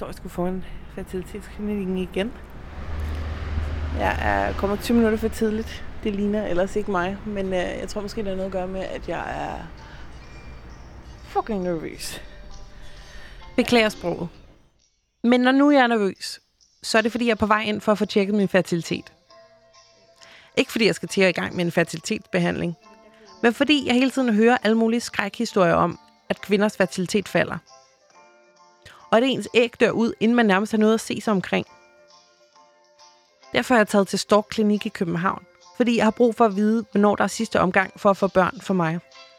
står jeg sgu foran fertilitetsklinikken igen. Jeg er kommet 20 minutter for tidligt. Det ligner ellers ikke mig, men jeg tror måske, det har noget at gøre med, at jeg er fucking nervøs. Beklager sproget. Men når nu jeg er nervøs, så er det fordi, jeg er på vej ind for at få tjekket min fertilitet. Ikke fordi jeg skal til at i gang med en fertilitetsbehandling, men fordi jeg hele tiden hører alle mulige skrækhistorier om, at kvinders fertilitet falder. Og at ens æg dør ud, inden man nærmest har noget at se sig omkring. Derfor har jeg taget til Stork Klinik i København, fordi jeg har brug for at vide, hvornår der er sidste omgang for at få børn for mig.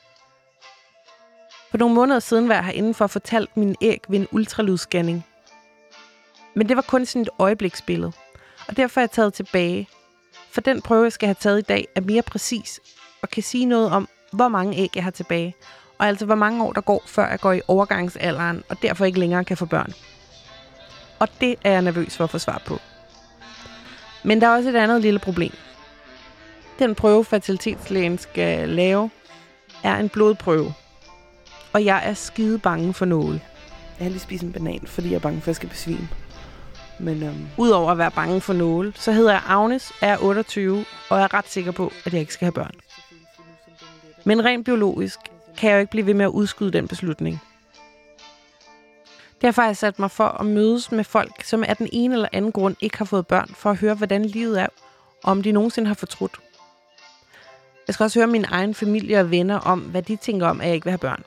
For nogle måneder siden var jeg herinde for at fortælle mine æg ved en ultralydsscanning. Men det var kun sådan et øjebliksbillede, og derfor er jeg taget tilbage. For den prøve, jeg skal have taget i dag, er mere præcis og kan sige noget om, hvor mange æg jeg har tilbage, og altså hvor mange år der går, før jeg går i overgangsalderen, og derfor ikke længere kan få børn. Og det er jeg nervøs for at få svar på. Men der er også et andet lille problem. Den prøve, fertilitetslægen skal lave, er en blodprøve. Og jeg er skide bange for nåle. Jeg har lige spist en banan, fordi jeg er bange for, at jeg skal besvime. Men Udover at være bange for nåle, så hedder jeg Agnes, er 28, og er ret sikker på, at jeg ikke skal have børn. Men rent biologisk kan jeg jo ikke blive ved med at udskyde den beslutning. Derfor har jeg sat mig for at mødes med folk, som af den ene eller anden grund ikke har fået børn, for at høre, hvordan livet er, og om de nogensinde har fortrudt. Jeg skal også høre min egen familie og venner om, hvad de tænker om, at jeg ikke vil have børn.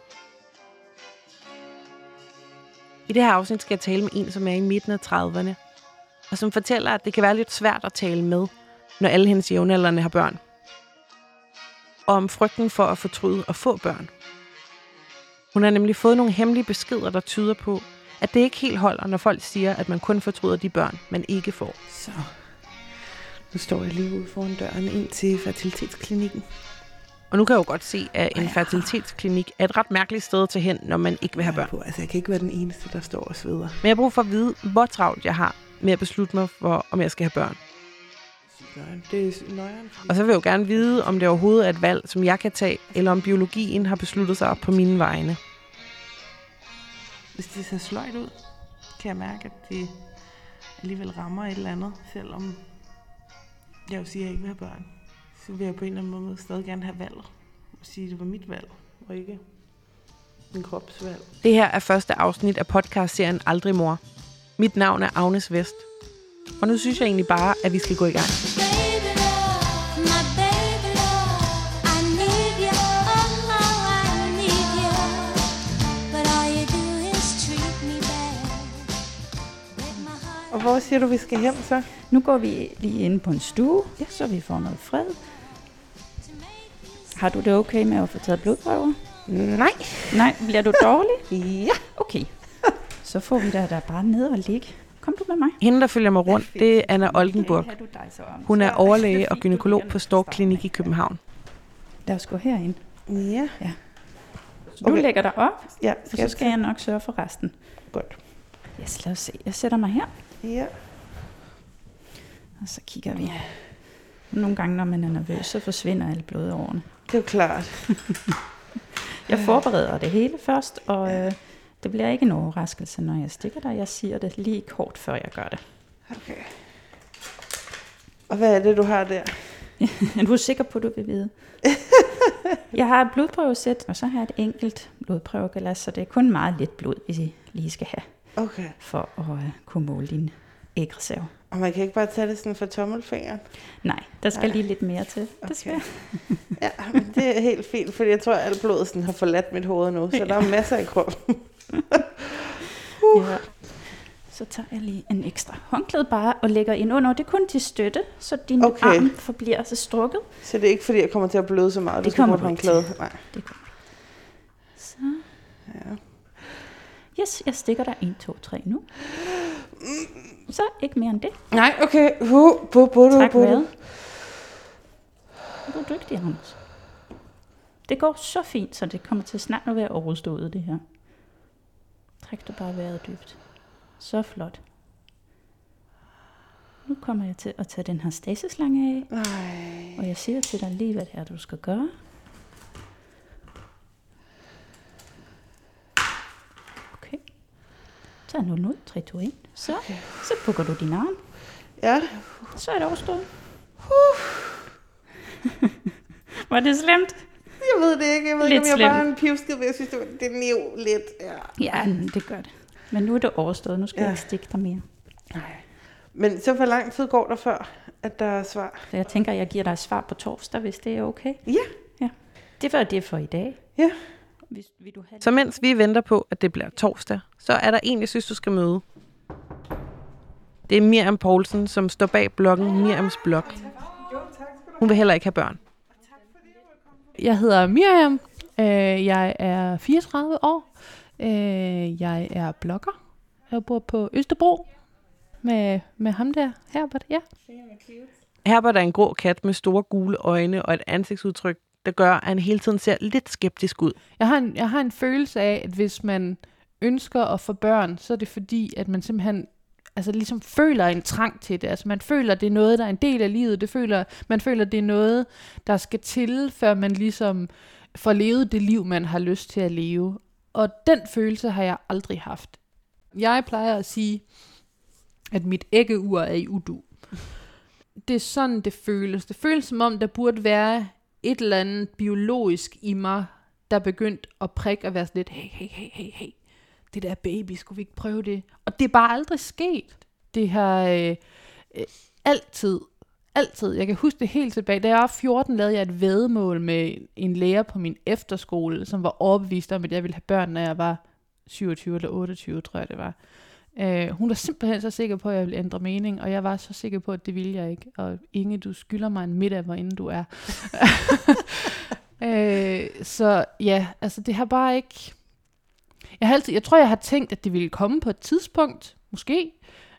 I det her afsnit skal jeg tale med en, som er i midten af 30'erne, og som fortæller, at det kan være lidt svært at tale med, når alle hendes jævnaldrende har børn. Og om frygten for at fortryde og få børn. Hun har nemlig fået nogle hemmelige beskeder, der tyder på, at det ikke helt holder, når folk siger, at man kun fortryder de børn, man ikke får. Så nu står jeg lige ude foran døren ind til fertilitetsklinikken. Og nu kan jeg jo godt se, at en fertilitetsklinik er et ret mærkeligt sted at tage hen, når man ikke vil have børn. Altså, jeg kan ikke være den eneste, der står og sveder. Men jeg har brug for at vide, hvor travlt jeg har med at beslutte mig for, om jeg skal have børn. Det er nøjeren. Og så vil jeg jo gerne vide, om det overhovedet er et valg, som jeg kan tage, eller om biologien har besluttet sig op på mine vegne. Hvis det ser sløjt ud, kan jeg mærke, at det alligevel rammer et eller andet, selvom jeg jo siger, at jeg ikke vil have børn. Så vil jeg på en eller anden måde stadig gerne have valg. Og sige, at det var mit valg, og ikke min kropsvalg. Det her er første afsnit af podcastserien Aldrig Mor. Mit navn er Agnes Vest. Og nu synes jeg egentlig bare, at vi skal gå i gang. Og hvor siger du, vi skal hen så? Nu går vi lige ind på en stue, så vi får noget fred. Har du det okay med at få taget blodprøver? Nej. Nej, bliver du dårlig? Ja. Okay. Så får vi der bare ned og ligge. Kom du med mig? Hende, der følger mig rundt, det er Anna Oldenburg. Hun er overlæge og gynækolog på Stork Klinik i København. Lad os gå herind. Ja. Du lægger dig op, Ja, og så skal jeg nok sørge for resten. Godt. Yes, lad os se. Jeg sætter mig her. Ja. Og så kigger vi. Nogle gange, når man er nervøs, så forsvinder alle blodårene. Det er jo klart. Jeg forbereder det hele først, og det bliver ikke en overraskelse, når jeg stikker dig. Jeg siger det lige kort, før jeg gør det. Okay. Og hvad er det, du har der? Er du sikker på, du vil vide? Jeg har et blodprøvesæt, og så har jeg et enkelt blodprøveglas, så det er kun meget lidt blod, vi lige skal have, Okay. for at kunne måle din ægreserve. Og man kan ikke bare tage det sådan fra tommelfingeren? Nej, der skal lige lidt mere til. Okay. Ja, men det er helt fint, fordi jeg tror, at alt blodet sådan har forladt mit hoved nu, så der er masser i kroppen. Ja. Så tager jeg lige en ekstra håndklæde bare og lægger ind under. Det er kun til støtte, så din arm forbliver så strukket. Så det er ikke fordi, jeg kommer til at bløde så meget, det kommer du skal bruge et håndklæde? Nej. Det kommer. Så. Ja. Yes, jeg stikker dig 1, 2, 3 nu. Så ikke mere end det. Nej, okay. Træk vejret. Du er dygtig, Anders. Det går så fint, så det kommer til snart at være overstået, det her. Træk du bare vejret dybt. Så flot. Nu kommer jeg til at tage den her stasislange af. Nej. Og jeg siger til dig lige, hvad det er, du skal gøre. Okay. Så er 0, 3, 2, 1. Så bukker du din arm. Ja. Så er det overstået. Var det slemt? Jeg ved det ikke. Jeg ved ikke, om jeg bare er en pivskid, men jeg synes, det er lidt. Ja, det gør det. Men nu er det overstået. Nu skal jeg ikke stikke dig mere. Nej. Men så hvor lang tid går der før, at der er svar? Så jeg tænker, jeg giver dig svar på torsdag, hvis det er okay. Ja. Det var det for i dag. Ja. Vil du have Så mens vi venter på, at det bliver torsdag, så er der en, jeg synes, du skal møde. Det er Miriam Poulsen, som står bag bloggen Miriams Blog. Hun vil heller ikke have børn. Jeg hedder Miriam. Jeg er 34 år. Jeg er blogger. Jeg bor på Østerbro med ham der, Herbert. Ja. Herbert er en grå kat med store gule øjne og et ansigtsudtryk, der gør, at han hele tiden ser lidt skeptisk ud. Jeg har en følelse af, at hvis man ønsker at få børn, så er det fordi, at man simpelthen ligesom føler en trang til det. Altså man føler, at det er noget, der er en del af livet. Man føler, at det er noget, der skal til, før man ligesom får levet det liv, man har lyst til at leve. Og den følelse har jeg aldrig haft. Jeg plejer at sige, at mit æggeur er i udu. Det er sådan, det føles. Det føles som om, der burde være et eller andet biologisk i mig, der begyndte at prikke og være sådan lidt, hey. Det der baby, skulle vi ikke prøve det? Og det er bare aldrig sket. Det har altid, jeg kan huske det helt tilbage, da jeg var 14, lavede jeg et væddemål med en lærer på min efterskole, som var overbevist om, at jeg ville have børn, når jeg var 27 eller 28, tror jeg det var. Hun var simpelthen så sikker på, at jeg ville ændre mening, og jeg var så sikker på, at det ville jeg ikke. Og Inge, du skylder mig en middag, hvor inden du er. Så ja, altså det har bare ikke... Jeg tror, jeg har tænkt, at det ville komme på et tidspunkt, måske.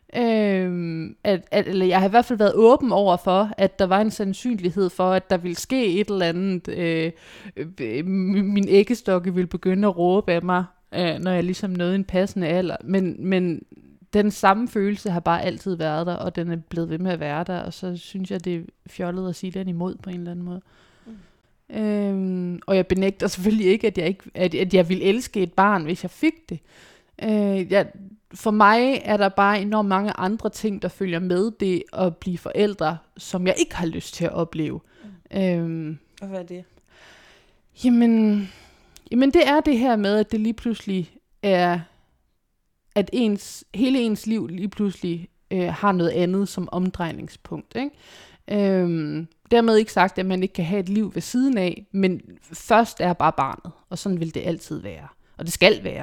Eller jeg har i hvert fald været åben over for, at der var en sandsynlighed for, at der ville ske et eller andet. Min æggestokke ville begynde at råbe af mig, når jeg ligesom nåede en passende alder. Men den samme følelse har bare altid været der, og den er blevet ved med at være der. Og så synes jeg, det er fjollet at sige den imod på en eller anden måde. Og jeg benægter selvfølgelig ikke, at jeg ville elske et barn, hvis jeg fik det. For mig er der bare enormt mange andre ting, der følger med det at blive forældre, som jeg ikke har lyst til at opleve. Og hvad er det? Jamen det er det her med, at det lige pludselig er, at hele ens liv lige pludselig har noget andet som omdrejningspunkt, ikke? Dermed ikke sagt, at man ikke kan have et liv ved siden af, men først er bare barnet, og sådan vil det altid være. Og det skal være.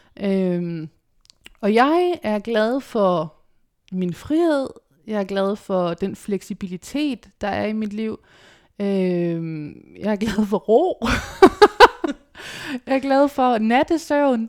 Og jeg er glad for min frihed. Jeg er glad for den fleksibilitet, der er i mit liv. Jeg er glad for ro. Jeg er glad for nattesøvn.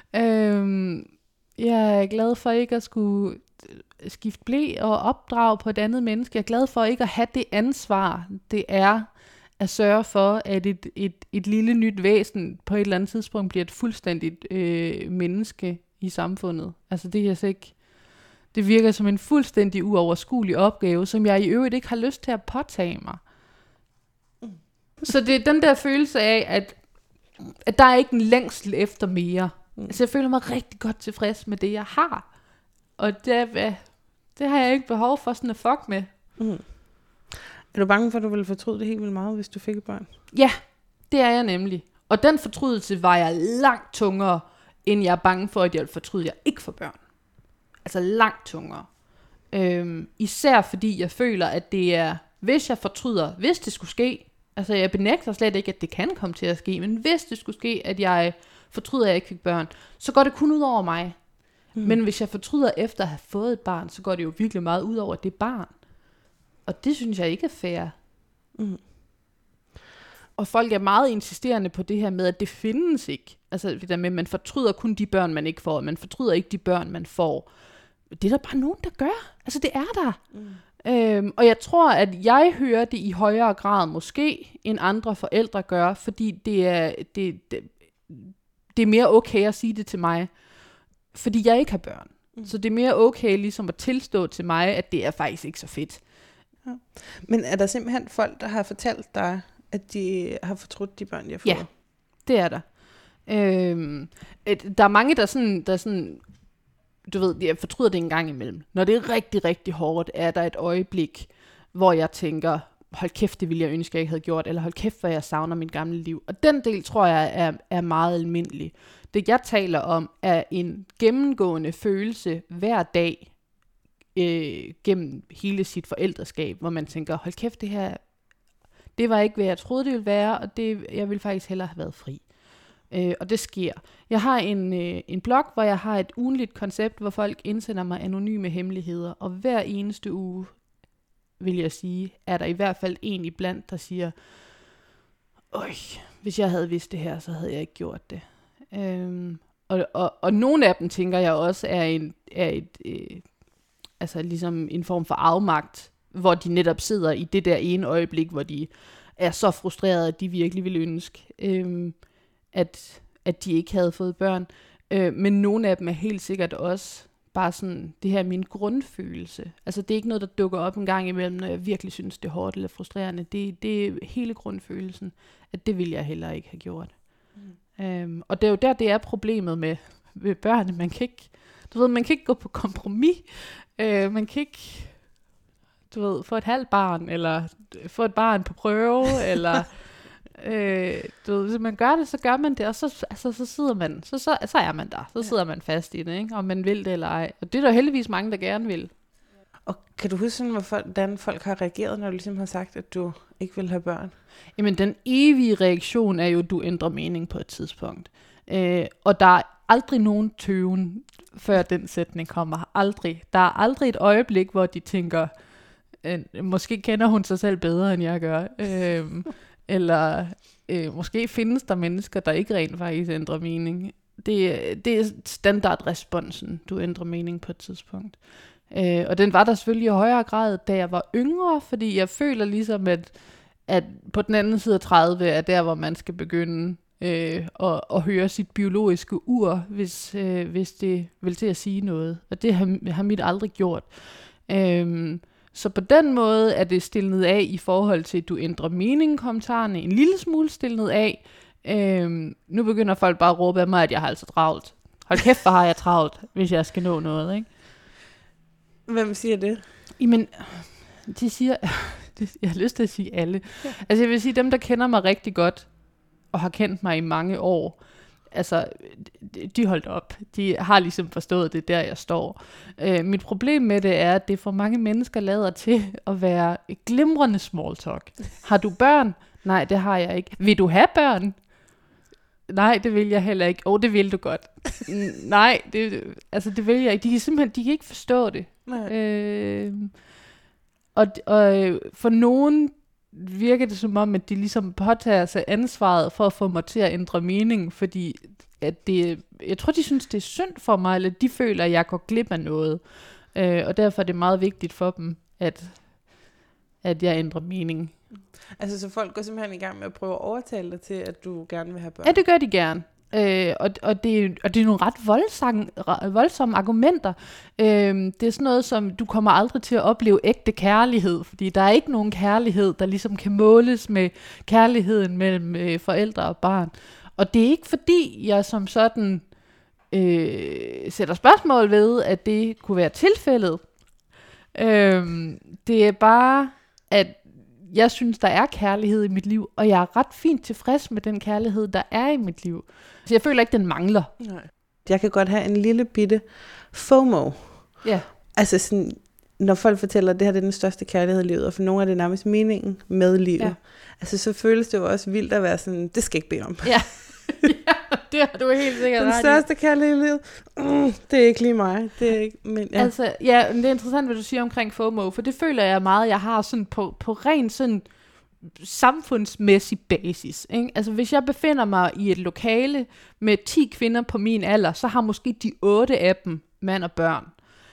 Jeg er glad for ikke at skulle skifte ble og opdrage på et andet menneske. Jeg er glad for ikke at have det ansvar, det er at sørge for, at et lille nyt væsen på et eller andet tidspunkt bliver et fuldstændigt menneske i samfundet. Altså det virker som en fuldstændig uoverskuelig opgave, som jeg i øvrigt ikke har lyst til at påtage mig. Så det er den der følelse af, at der er ikke en længsel efter mere. Altså jeg føler mig rigtig godt tilfreds med det, jeg har. Og det har jeg ikke behov for sådan at fuck med. Er du bange for, at du ville fortryde det helt vildt meget, hvis du fik et barn? Ja, det er jeg nemlig. Og den fortrydelse var jeg langt tungere, end jeg er bange for, at jeg vil fortryde, at jeg ikke får børn. Altså langt tungere. Især fordi jeg føler, at det er, hvis jeg fortryder, hvis det skulle ske, altså jeg benægter slet ikke, at det kan komme til at ske, men hvis det skulle ske, at jeg fortryder, at jeg ikke fik børn, så går det kun ud over mig. Men hvis jeg fortryder efter at have fået et barn, så går det jo virkelig meget ud over det barn. Og det synes jeg ikke er fair. Og folk er meget insisterende på det her med, at det findes ikke. Altså det der med, at man fortryder kun de børn, man ikke får, og man fortryder ikke de børn, man får. Det er der bare nogen, der gør. Altså det er der. Og jeg tror, at jeg hører det i højere grad måske, end andre forældre gør, fordi det er mere okay at sige det til mig, fordi jeg ikke har børn. Så det er mere okay ligesom at tilstå til mig, at det er faktisk ikke så fedt. Ja. Men er der simpelthen folk, der har fortalt dig, at de har fortrudt de børn, de har fået? Ja, det er der. Der er mange, der sådan du ved, jeg fortryder det en gang imellem. Når det er rigtig, rigtig hårdt, er der et øjeblik, hvor jeg tænker, hold kæft, det ville jeg ønske, jeg ikke havde gjort, eller hold kæft, hvor jeg savner mit gamle liv. Og den del, tror jeg, er meget almindelig. Det, jeg taler om, er en gennemgående følelse hver dag gennem hele sit forældreskab, hvor man tænker, hold kæft, det var ikke, hvad jeg troede, det ville være, og jeg ville faktisk hellere have været fri. Og det sker. Jeg har en blog, hvor jeg har et ugentligt koncept, hvor folk indsender mig anonyme hemmeligheder, og hver eneste uge, vil jeg sige, er der i hvert fald en iblandt, der siger, hvis jeg havde vidst det her, så havde jeg ikke gjort det. Og nogle af dem, tænker jeg også, er altså ligesom en form for afmagt, hvor de netop sidder i det der ene øjeblik, hvor de er så frustrerede, at de virkelig ville ønske, at de ikke havde fået børn. Men nogle af dem er helt sikkert også bare sådan, det her er min grundfølelse. Altså det er ikke noget, der dukker op en gang imellem, når jeg virkelig synes, det er hårdt eller frustrerende. Det er hele grundfølelsen, at det ville jeg heller ikke have gjort. Og det er jo der, det er problemet med børn. Man kan ikke gå på kompromis. Man kan ikke, få et halvt barn, eller få et barn på prøve, eller hvis man gør det, så gør man det, og så sidder man, så er man der, så sidder man fast i det, ikke? Om man vil det eller ej. Og det er der heldigvis mange, der gerne vil. Og kan du huske, hvordan folk har reageret, når du ligesom har sagt, at du ikke vil have børn? Jamen, den evige reaktion er jo, at du ændrer mening på et tidspunkt. Og der er aldrig nogen tøven, før den sætning kommer. Aldrig. Der er aldrig et øjeblik, hvor de tænker, måske kender hun sig selv bedre, end jeg gør. Eller måske findes der mennesker, der ikke rent faktisk ændrer mening. Det er standardresponsen, du ændrer mening på et tidspunkt. Og den var der selvfølgelig i højere grad, da jeg var yngre, fordi jeg føler ligesom, at på den anden side af 30 er der, hvor man skal begynde at høre sit biologiske ur, hvis det vil til at sige noget. Og det har mit aldrig gjort. Så på den måde er det stillet af i forhold til, at du ændrer mening-kommentarerne en lille smule stillet af. Nu begynder folk bare at råbe af mig, at jeg har altså travlt. Hold kæft, hvor har jeg travlt, hvis jeg skal nå noget, ikke? Hvem siger det? Jamen, de siger, jeg har lyst til at sige alle. Altså jeg vil sige, dem der kender mig rigtig godt, og har kendt mig i mange år, altså, de holdt op. De har ligesom forstået det, der jeg står. Mit problem med det er, at det for mange mennesker lader til at være glimrende small talk. Har du børn? Nej, det har jeg ikke. Vil du have børn? Nej, det vil jeg heller ikke. Det vil du godt. Nej, det vil jeg ikke. De kan ikke forstå det. Og for nogen virker det som om, at de ligesom påtager sig ansvaret for at få mig til at ændre mening, fordi at jeg tror, de synes, det er synd for mig, eller de føler, at jeg går glip af noget. Og derfor er det meget vigtigt for dem, at jeg ændrer mening. Altså, så folk går simpelthen i gang med at prøve at overtale dig til, at du gerne vil have børn? Ja, det gør de gerne. Og det er nogle ret voldsomme argumenter. Det er sådan noget som, du kommer aldrig til at opleve ægte kærlighed, fordi der er ikke nogen kærlighed, der ligesom kan måles med kærligheden mellem forældre og barn. Og det er ikke fordi, jeg som sådan sætter spørgsmål ved, at det kunne være tilfældet. Det er bare, at jeg synes, der er kærlighed i mit liv, og jeg er ret fint tilfreds med den kærlighed, der er i mit liv. Så jeg føler ikke, den mangler. Nej. Jeg kan godt have en lille bitte FOMO. Ja. Altså sådan, når folk fortæller, at det her det er den største kærlighed i livet, og for nogle er det nærmest meningen med livet. Ja. Altså så føles det jo også vildt at være sådan, det skal jeg ikke bede om. Ja. Ja, det har du helt sikkert den største kærlighed i livet, det er ikke lige mig. Det er ikke, men, ja. Altså, ja, det er interessant, hvad du siger omkring FOMO, for det føler jeg meget, jeg har sådan på ren sådan samfundsmæssig basis. Ikke? Altså, hvis jeg befinder mig i et lokale med 10 kvinder på min alder, så har måske de 8 af dem mand og børn.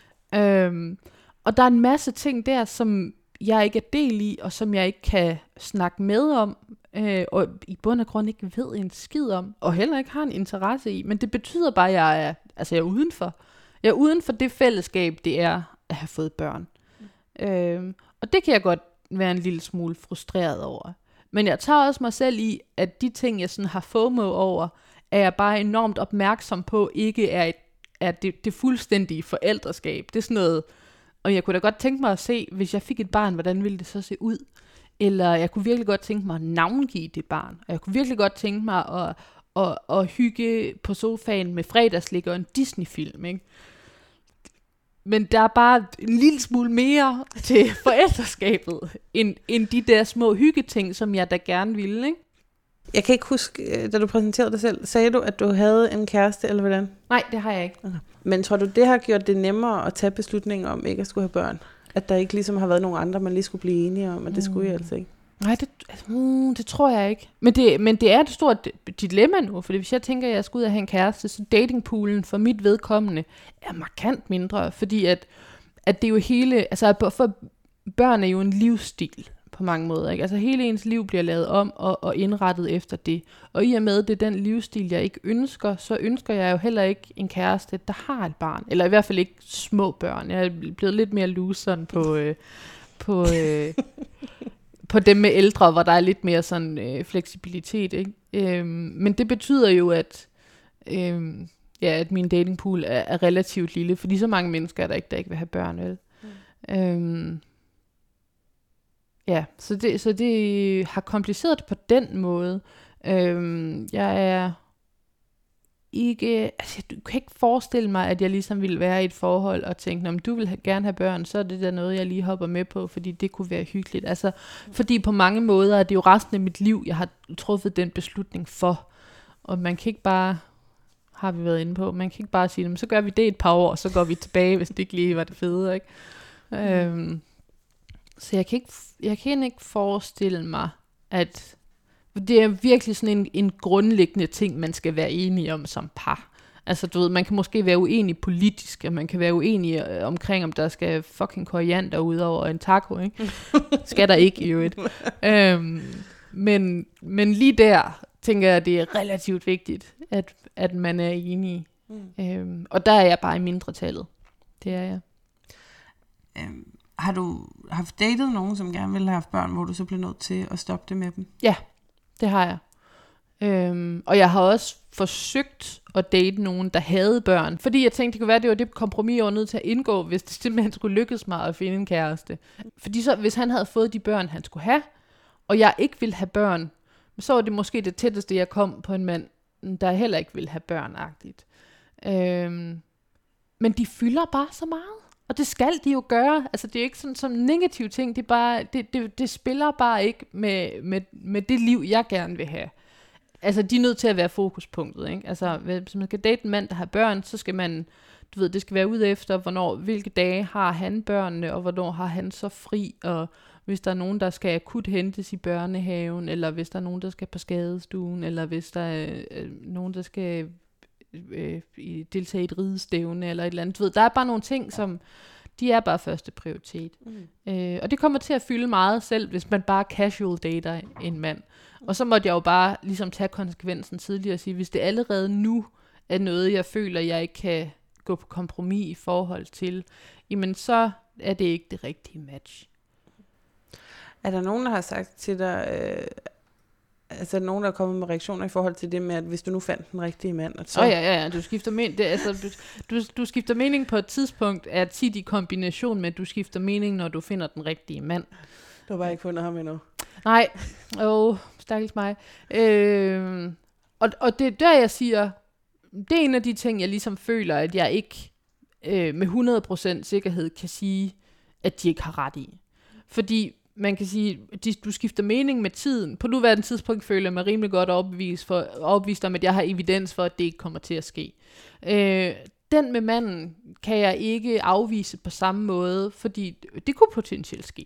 Og der er en masse ting der, som jeg ikke er del i, og som jeg ikke kan snakke med om, og i bund og grund ikke ved en skid om, og heller ikke har en interesse i. Men det betyder bare, at jeg er udenfor. Jeg er uden for det fællesskab, det er at have fået børn. Og det kan jeg godt være en lille smule frustreret over. Men jeg tager også mig selv i, at de ting, jeg sådan har FOMO over, er jeg bare enormt opmærksom på, ikke er er det fuldstændige forældreskab. Det er sådan noget, og jeg kunne da godt tænke mig at se, hvis jeg fik et barn, hvordan ville det så se ud? Eller jeg kunne virkelig godt tænke mig at navngive det barn. Og jeg kunne virkelig godt tænke mig at hygge på sofaen med fredagslik og en Disney-film, ikke? Men der er bare en lille smule mere til forældreskabet, end de der små hyggeting, som jeg da gerne ville, ikke? Jeg kan ikke huske, da du præsenterede dig selv, sagde du, at du havde en kæreste, eller hvordan? Nej, det har jeg ikke. Okay. Men tror du, det har gjort det nemmere at tage beslutninger om ikke at skulle have børn? At der ikke ligesom har været nogen andre, man lige skulle blive enige om, at det skulle I altså ikke? Nej, det tror jeg ikke. Men det er et stort dilemma nu, fordi hvis jeg tænker, at jeg skal ud og have en kæreste, så datingpoolen for mit vedkommende er markant mindre, fordi at det er jo hele, altså for børn er jo en livsstil på mange måder, ikke? Altså hele ens liv bliver lavet om og indrettet efter det. Og i og med, det er den livsstil, jeg ikke ønsker, så ønsker jeg jo heller ikke en kæreste, der har et barn. Eller i hvert fald ikke små børn. Jeg er blevet lidt mere loose sådan på dem med ældre, hvor der er lidt mere sådan fleksibilitet, ikke? Men det betyder jo, at min datingpool er relativt lille, fordi så mange mennesker er der ikke vil have børn, vel? Så det har kompliceret det på den måde. Jeg er ikke, altså du kan ikke forestille mig, at jeg ligesom ville være i et forhold og tænke, om du vil gerne have børn, så er det der noget, jeg lige hopper med på, fordi det kunne være hyggeligt. Altså, fordi på mange måder er det jo resten af mit liv, jeg har truffet den beslutning for. Og man kan ikke bare, har vi været inde på, man kan ikke bare sige, så gør vi det et par år, og så går vi tilbage, hvis det ikke lige var det fede, ikke? Så jeg kan ikke forestille mig, at det er virkelig sådan en grundlæggende ting, man skal være enige om som par. Altså du ved, man kan måske være uenig politisk, og man kan være uenig omkring, om der skal fucking koriander ud over en taco, ikke? Skal der ikke i øvrigt. Men lige der tænker jeg, det er relativt vigtigt, at man er enige. Og der er jeg bare i mindretallet. Det er jeg. Har du haft datet nogen, som gerne ville have haft børn, hvor du så blev nødt til at stoppe det med dem? Ja, det har jeg. Og jeg har også forsøgt at date nogen, der havde børn. Fordi jeg tænkte, det kunne være, det var det kompromis, jeg var nødt til at indgå, hvis det simpelthen skulle lykkes mig at finde en kæreste. Fordi så, hvis han havde fået de børn, han skulle have, og jeg ikke ville have børn, så var det måske det tætteste, jeg kom på en mand, der heller ikke ville have børn-agtigt. Men de fylder bare så meget. Og det skal de jo gøre. Altså det er ikke sådan som negative ting. Det er bare, det spiller bare ikke med det liv, jeg gerne vil have. Altså de er nødt til at være fokuspunktet, ikke? Altså hvis man skal date en mand, der har børn, så skal man, du ved, det skal være ud efter, hvilke dage har han børnene, og hvornår har han så fri, og hvis der er nogen, der skal akut hentes i børnehaven, eller hvis der er nogen, der skal på skadestuen, eller hvis der er nogen, der skal deltage i et ridestævne eller et eller andet. Du ved, der er bare nogle ting, som de er bare første prioritet. Og det kommer til at fylde meget selv, hvis man bare casual dater en mand. Og så måtte jeg jo bare ligesom tage konsekvensen tidligere og sige, hvis det allerede nu er noget, jeg føler, jeg ikke kan gå på kompromis i forhold til, jamen så er det ikke det rigtige match. Er der nogen, der har sagt til dig, altså nogen, der er kommet med reaktioner i forhold til det med, at hvis du nu fandt den rigtige mand, så... Ja, du skifter mening. Du skifter mening på et tidspunkt, er tit i kombination med, at du skifter mening, når du finder den rigtige mand. Du har bare ikke fundet ham endnu. Nej, stakkels mig. Og det er der, jeg siger, det er en af de ting, jeg ligesom føler, at jeg ikke med 100% sikkerhed kan sige, at de ikke har ret i. Fordi man kan sige, du skifter mening med tiden. På nuværende tidspunkt føler jeg mig rimelig godt overbevist om, at jeg har evidens for, at det ikke kommer til at ske. Den med manden kan jeg ikke afvise på samme måde, fordi det kunne potentielt ske.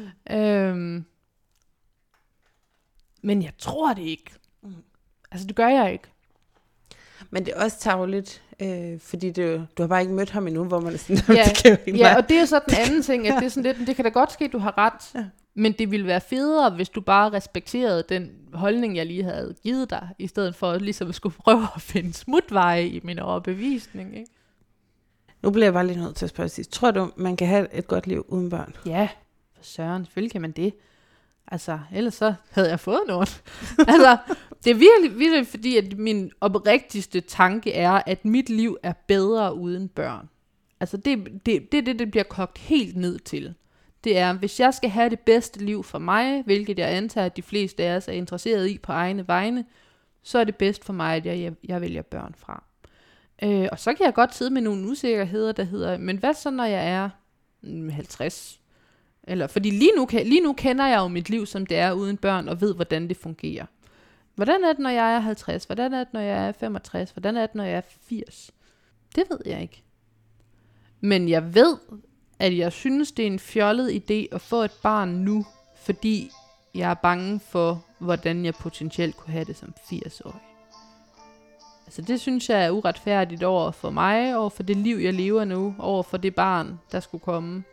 Men jeg tror det ikke. Altså det gør jeg ikke. Men det er også tarveligt, fordi du har bare ikke mødt ham endnu, hvor man er sådan, og det er så den anden ting, at det er sådan lidt, det kan da godt ske, du har ret, men det ville være federe, hvis du bare respekterede den holdning, jeg lige havde givet dig, i stedet for ligesom at skulle prøve at finde smutveje i min overbevisning, ikke? Nu bliver jeg bare lige nødt til at spørge sidst. Tror du, man kan have et godt liv uden børn? Ja, for søren, selvfølgelig kan man det. Altså, ellers så havde jeg fået noget. Altså, Det er virkelig fordi, at min oprigtigste tanke er, at mit liv er bedre uden børn. Altså det bliver kogt helt ned til. Det er, hvis jeg skal have det bedste liv for mig, hvilket jeg antager, at de fleste af os er interesseret i på egne vegne, så er det bedst for mig, at jeg vælger børn fra. Og så kan jeg godt sidde med nogle usikkerheder, der hedder, men hvad så, når jeg er 50? Eller, fordi lige nu kender jeg jo mit liv, som det er uden børn, og ved, hvordan det fungerer. Hvordan er det, når jeg er 50? Hvordan er det, når jeg er 65? Hvordan er det, når jeg er 80? Det ved jeg ikke. Men jeg ved, at jeg synes, det er en fjollet idé at få et barn nu, fordi jeg er bange for, hvordan jeg potentielt kunne have det som 80-årig. Altså det synes jeg er uretfærdigt over for mig, over for det liv, jeg lever nu, over for det barn, der skulle komme.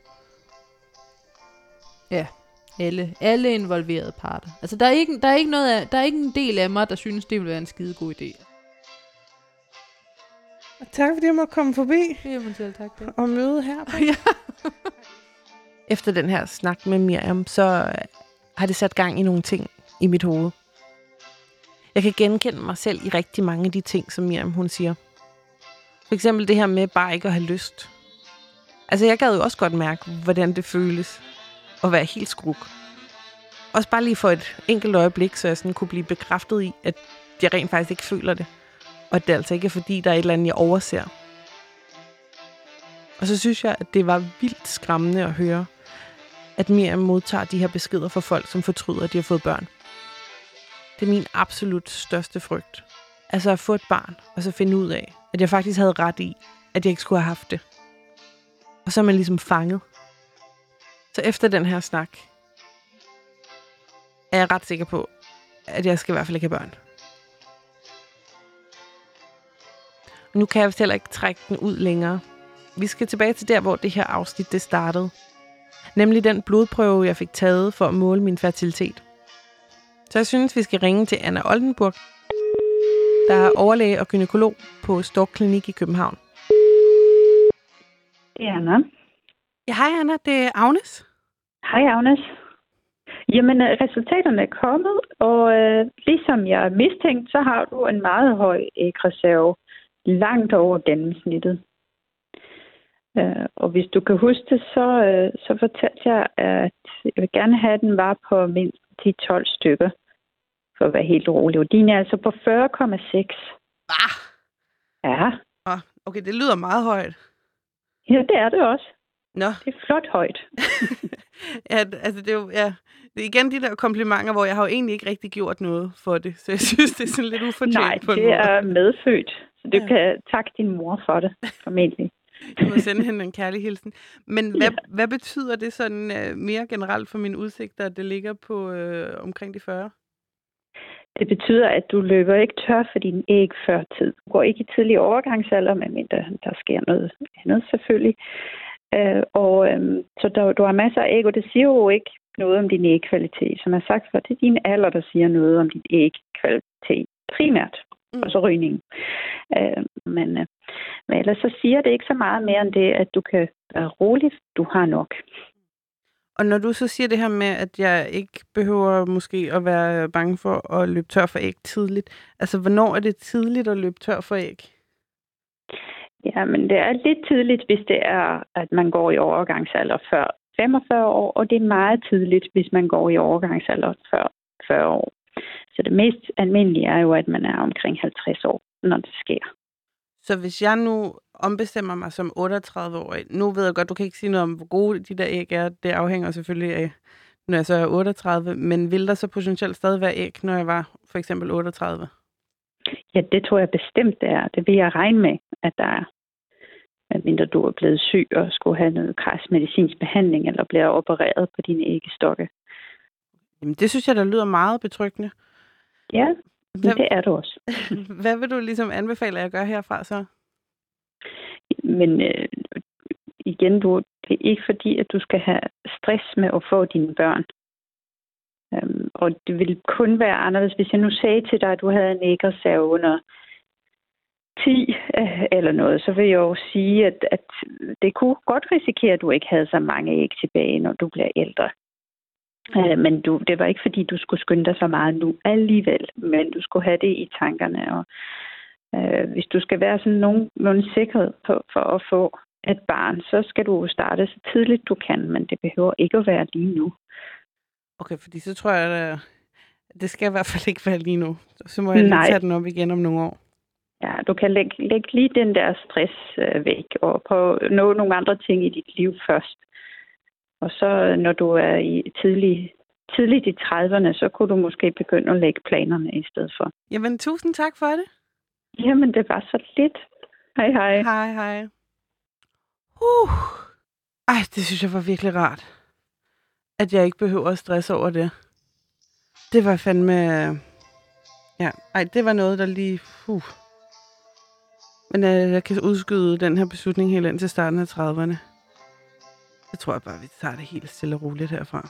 Ja, alle involverede parter. Altså der er ikke en del af mig, der synes, det vil være en skide god idé. Og tak fordi jeg måtte komme forbi. Jamen selv tak. Det. Og møde her. Ja. Efter den her snak med Miriam, så har det sat gang i nogle ting i mit hoved. Jeg kan genkende mig selv i rigtig mange af de ting, som Miriam hun siger. For eksempel det her med bare ikke at have lyst. Altså jeg gad jo også godt mærke, hvordan det føles at være helt skruk. Også bare lige for et enkelt øjeblik, så jeg sådan kunne blive bekræftet i, at jeg rent faktisk ikke føler det. Og at det altså ikke er fordi, der er et eller andet, jeg overser. Og så synes jeg, at det var vildt skræmmende at høre, at Miriam modtager de her beskeder fra folk, som fortryder, at de har fået børn. Det er min absolut største frygt. Altså at få et barn, og så finde ud af, at jeg faktisk havde ret i, at jeg ikke skulle have haft det. Og så er man ligesom fanget. Så efter den her snak, er jeg ret sikker på, at jeg skal i hvert fald ikke have børn. Nu kan jeg vist heller ikke trække den ud længere. Vi skal tilbage til der, hvor det her afsnit det startede. Nemlig den blodprøve, jeg fik taget for at måle min fertilitet. Så jeg synes, vi skal ringe til Anna Oldenburg, der er overlæge og gynækolog på Stork Klinik i København. Det er Anna. Ja, hej Anna, det er Agnes. Hej Agnes. Jamen, resultaterne er kommet, og ligesom jeg mistænkt, så har du en meget høj ægreserve, langt over gennemsnittet. Og hvis du kan huske det, så fortalte jeg, at jeg vil gerne have, at den var på mindst 10-12 stykker, for at være helt rolig. Og din er altså på 40,6. Ah! Ja. Okay, det lyder meget højt. Ja, det er det også. Nå. Det er flot højt. Ja, altså det er jo, ja. Det er igen de der komplimenter, hvor jeg har jo egentlig ikke rigtig gjort noget for det. Så jeg synes, det er sådan lidt ufortjent på en måde. Nej, det er medfødt. Så du kan takke din mor for det, formentlig. Du må sende hende en kærlig hilsen. Men hvad betyder det sådan mere generelt for mine udsigter, at det ligger på omkring de 40? Det betyder, at du løber ikke tør for din æg før tid. Du går ikke i tidlig overgangsalder, medmindre der sker noget andet selvfølgelig. Så du har masser af æg, og det siger jo ikke noget om din ægkvalitet. Som jeg har sagt før, det er din alder, der siger noget om din ægkvalitet primært. Og så rygning. Men ellers så siger det ikke så meget mere end det, at du kan være rolig. Du har nok. Og når du så siger det her med, at jeg ikke behøver måske at være bange for at løbe tør for æg tidligt. Altså, hvornår er det tidligt at løbe tør for æg? Ja, men det er lidt tidligt, hvis det er, at man går i overgangsalder før 45 år. Og det er meget tidligt, hvis man går i overgangsalder før 40 år. Så det mest almindelige er jo, at man er omkring 50 år, når det sker. Så hvis jeg nu ombestemmer mig som 38-årig, nu ved jeg godt, du kan ikke sige noget om, hvor gode de der æg er. Det afhænger selvfølgelig af, når jeg så er 38. Men vil der så potentielt stadig være æg, når jeg var for eksempel 38? Ja, det tror jeg bestemt, det er. Det vil jeg regne med, at der er. Medmindre du er blevet syg og skulle have noget kræft medicinsk behandling, eller bliver opereret på dine æggestokke. Jamen, det synes jeg, der lyder meget betryggende. Ja, det er du også. Hvad vil du ligesom anbefale, at jeg gør herfra så? Men igen, det er ikke fordi, at du skal have stress med at få dine børn. Og det ville kun være anderledes, hvis jeg nu sagde til dig, at du havde en ægreserve under 10 eller noget, så vil jeg jo sige, at det kunne godt risikere, at du ikke havde så mange æg tilbage, når du bliver ældre. Men det var ikke, fordi du skulle skynde dig så meget nu alligevel, men du skulle have det i tankerne. Og hvis du skal være sådan nogen sikkerhed for at få et barn, så skal du starte så tidligt du kan, men det behøver ikke at være lige nu. Okay, fordi så tror jeg, at det skal i hvert fald ikke være lige nu. Så må jeg lige tage den op igen om nogle år. Ja, du kan lægge lige den der stress væk og prøve at nå nogle andre ting i dit liv først. Og så når du er i tidligt i 30'erne, så kunne du måske begynde at lægge planerne i stedet for. Jamen, tusind tak for det. Jamen, det var så lidt. Hej, hej. Hej, hej. Ej, det synes jeg var virkelig rart. At jeg ikke behøver at stresse over det. Det var fandme... Ja, ej, det var noget, der lige... Men jeg kan udskyde den her beslutning helt ind til starten af 30'erne. Så tror jeg bare, vi tager det helt stille og roligt herfra.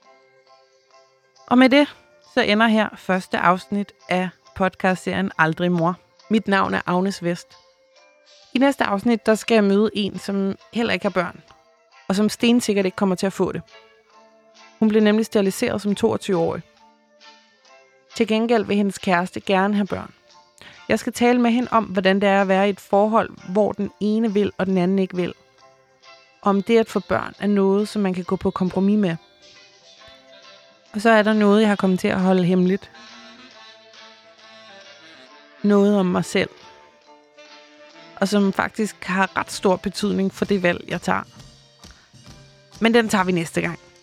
Og med det, så ender her første afsnit af podcastserien Aldrig Mor. Mit navn er Agnes Vest. I næste afsnit, der skal jeg møde en, som heller ikke har børn. Og som stensikkert ikke kommer til at få det. Hun blev nemlig steriliseret som 22-årig. Til gengæld vil hendes kæreste gerne have børn. Jeg skal tale med hende om, hvordan det er at være i et forhold, hvor den ene vil, og den anden ikke vil. Om det at få børn er noget, som man kan gå på kompromis med. Og så er der noget, jeg har kommet til at holde hemmeligt. Noget om mig selv. Og som faktisk har ret stor betydning for det valg, jeg tager. Men den tager vi næste gang.